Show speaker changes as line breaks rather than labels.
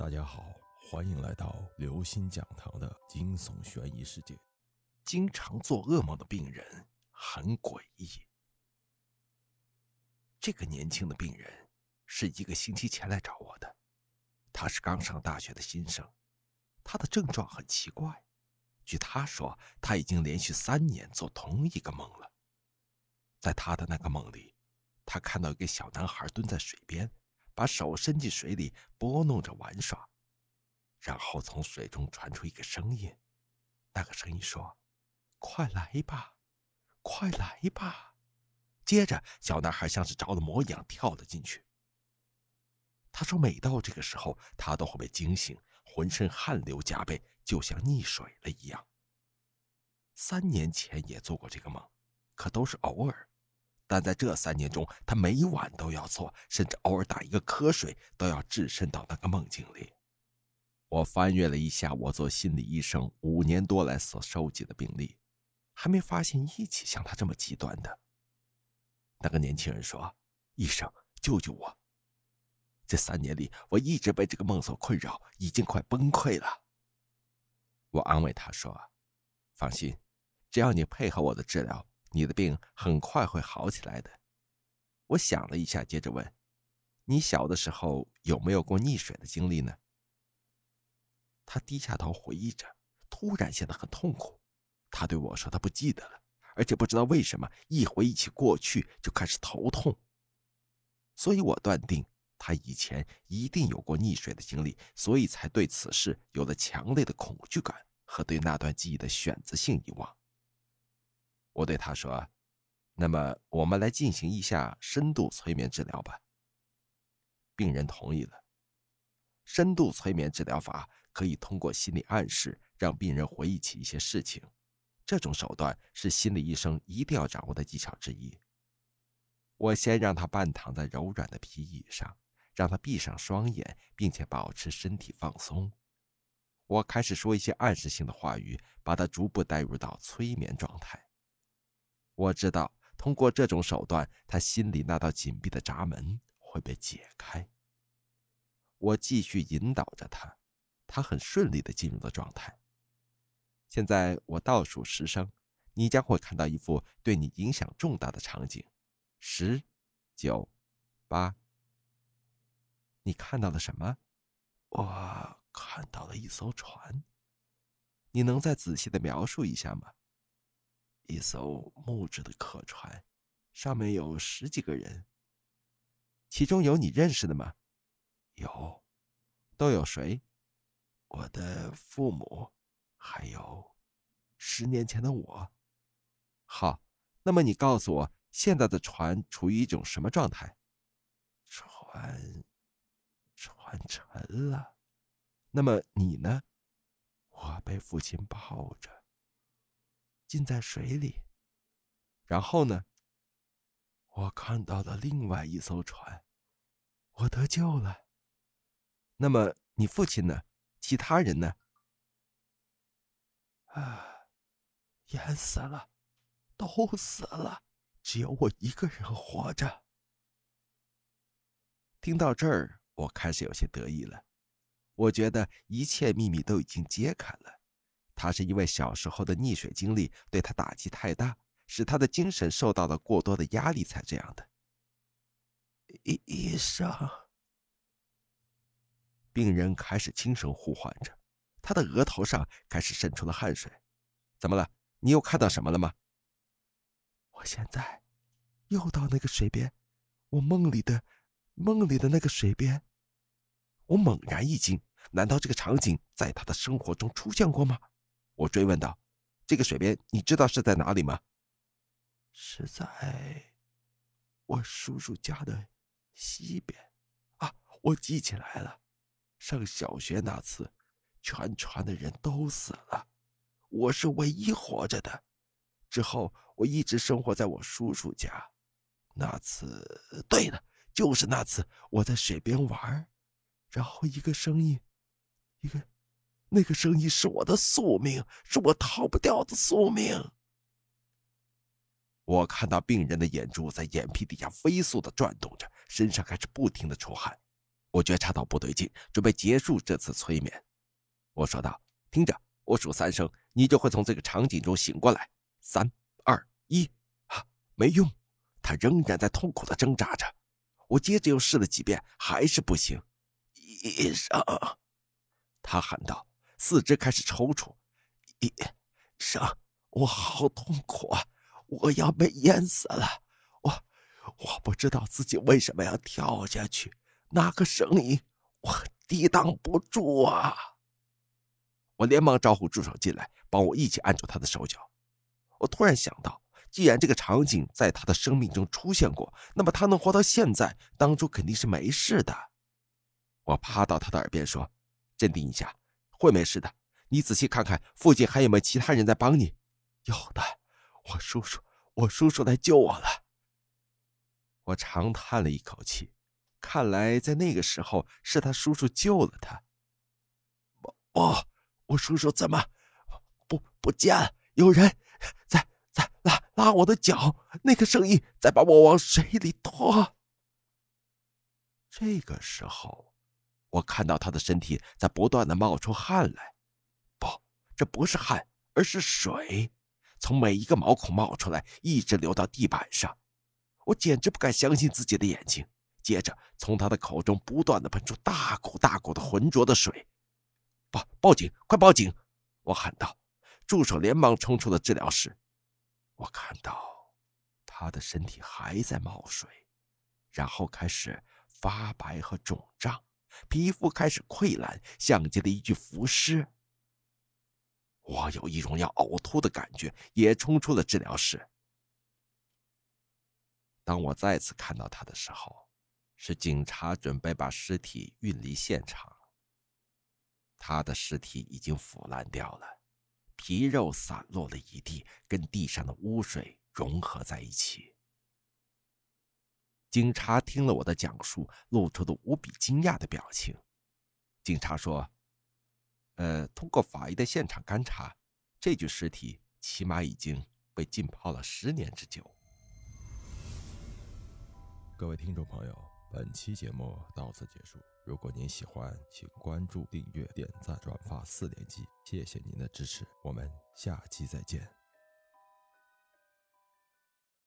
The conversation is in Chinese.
大家好，欢迎来到刘星讲堂的惊悚悬疑世界。经常做噩梦的病人很诡异。这个年轻的病人是1个星期前来找我的，他是刚上大学的新生，他的症状很奇怪。据他说，他已经连续3年做同一个梦了。在他的那个梦里，他看到一个小男孩蹲在水边，把手伸进水里拨弄着玩耍，然后从水中传出一个声音，那个声音说：“快来吧，快来吧。”接着小男孩像是着了魔一样跳了进去。他说每到这个时候他都会被惊醒，浑身汗流浃背，就像溺水了一样。3年前也做过这个梦，可都是偶尔，但在这3年中他每晚都要做，甚至偶尔打一个瞌睡都要置身到那个梦境里。我翻阅了一下我做心理医生5年多来所收集的病例，还没发现一起像他这么极端的。那个年轻人说：“医生，救救我！这3年里我一直被这个梦所困扰，已经快崩溃了。”我安慰他说：“放心，只要你配合我的治疗，你的病很快会好起来的。”我想了一下，接着问：“你小的时候有没有过溺水的经历呢？”他低下头回忆着，突然显得很痛苦。他对我说他不记得了，而且不知道为什么一回忆起过去就开始头痛。所以我断定他以前一定有过溺水的经历，所以才对此事有了强烈的恐惧感和对那段记忆的选择性遗忘。我对他说：“那么我们来进行一下深度催眠治疗吧。”病人同意了。深度催眠治疗法可以通过心理暗示让病人回忆起一些事情，这种手段是心理医生一定要掌握的技巧之一。我先让他半躺在柔软的皮椅上，让他闭上双眼，并且保持身体放松。我开始说一些暗示性的话语，把他逐步带入到催眠状态。我知道通过这种手段，他心里那道紧闭的闸门会被解开。我继续引导着他，他很顺利地进入了状态。现在我倒数10声，你将会看到一幅对你影响重大的场景。10、9、8。你看到了什么？我看到了一艘船。你能再仔细地描述一下吗？一艘木质的客船，上面有10几个人。其中有你认识的吗？有。都有谁？我的父母，还有10年前的我。好，那么你告诉我，现在的船处于一种什么状态？船沉了。那么你呢？我被父亲抱着，浸在水里。然后呢？我看到了另外一艘船，我得救了。那么你父亲呢？其他人呢？淹死了，都死了，只有我一个人活着。听到这儿，我开始有些得意了。我觉得一切秘密都已经揭开了。他是因为小时候的溺水经历对他打击太大，使他的精神受到了过多的压力才这样的。医生，病人开始轻声呼唤着，他的额头上开始渗出了汗水。怎么了？你又看到什么了吗？我现在又到那个水边，我梦里的那个水边。我猛然一惊，难道这个场景在他的生活中出现过吗？我追问道：“这个水边你知道是在哪里吗？”是在我叔叔家的西边。我记起来了，上小学那次，全船的人都死了，我是唯一活着的。之后我一直生活在我叔叔家。那次，对了，就是那次我在水边玩，然后一个声音，那个声音是我的宿命，是我逃不掉的宿命。我看到病人的眼珠在眼皮底下飞速地转动着，身上开始不停地出汗。 我觉察到不对劲，准备结束这次催眠。我说道：“听着，我数3声，你就会从这个场景中醒过来。3、2、1。”啊，没用，他仍然在痛苦地挣扎着。我接着又试了几遍，还是不行。医生，他喊道，四肢开始抽搐。医生，我好痛苦啊！我要被淹死了！我不知道自己为什么要跳下去，那个声音我抵挡不住啊！我连忙招呼助手进来，帮我一起按住他的手脚。我突然想到，既然这个场景在他的生命中出现过，那么他能活到现在，当初肯定是没事的。我趴到他的耳边说：“镇定一下，会没事的。你仔细看看附近还有没有其他人在帮你。”“有的，我叔叔来救我了。”我长叹了一口气，看来在那个时候是他叔叔救了他。我叔叔怎么不见了？有人在拉我的脚，那个声音在把我往水里拖。这个时候，我看到他的身体在不断的冒出汗来。不，这不是汗，而是水，从每一个毛孔冒出来，一直流到地板上。我简直不敢相信自己的眼睛。接着从他的口中不断的喷出大股大股的浑浊的水。报警，快报警！我喊道。助手连忙冲出了治疗室。我看到他的身体还在冒水，然后开始发白和肿胀，皮肤开始溃烂，像极了一具浮尸。我有一种要呕吐的感觉，也冲出了治疗室。当我再次看到他的时候，是警察准备把尸体运离现场。他的尸体已经腐烂掉了，皮肉散落了一地，跟地上的污水融合在一起。警察听了我的讲述，露出了无比惊讶的表情。警察说：“通过法医的现场勘查，这具尸体起码已经被浸泡了10年之久。”
各位听众朋友，本期节目到此结束。如果您喜欢，请关注、订阅、点赞、转发4连击，谢谢您的支持，我们下期再见。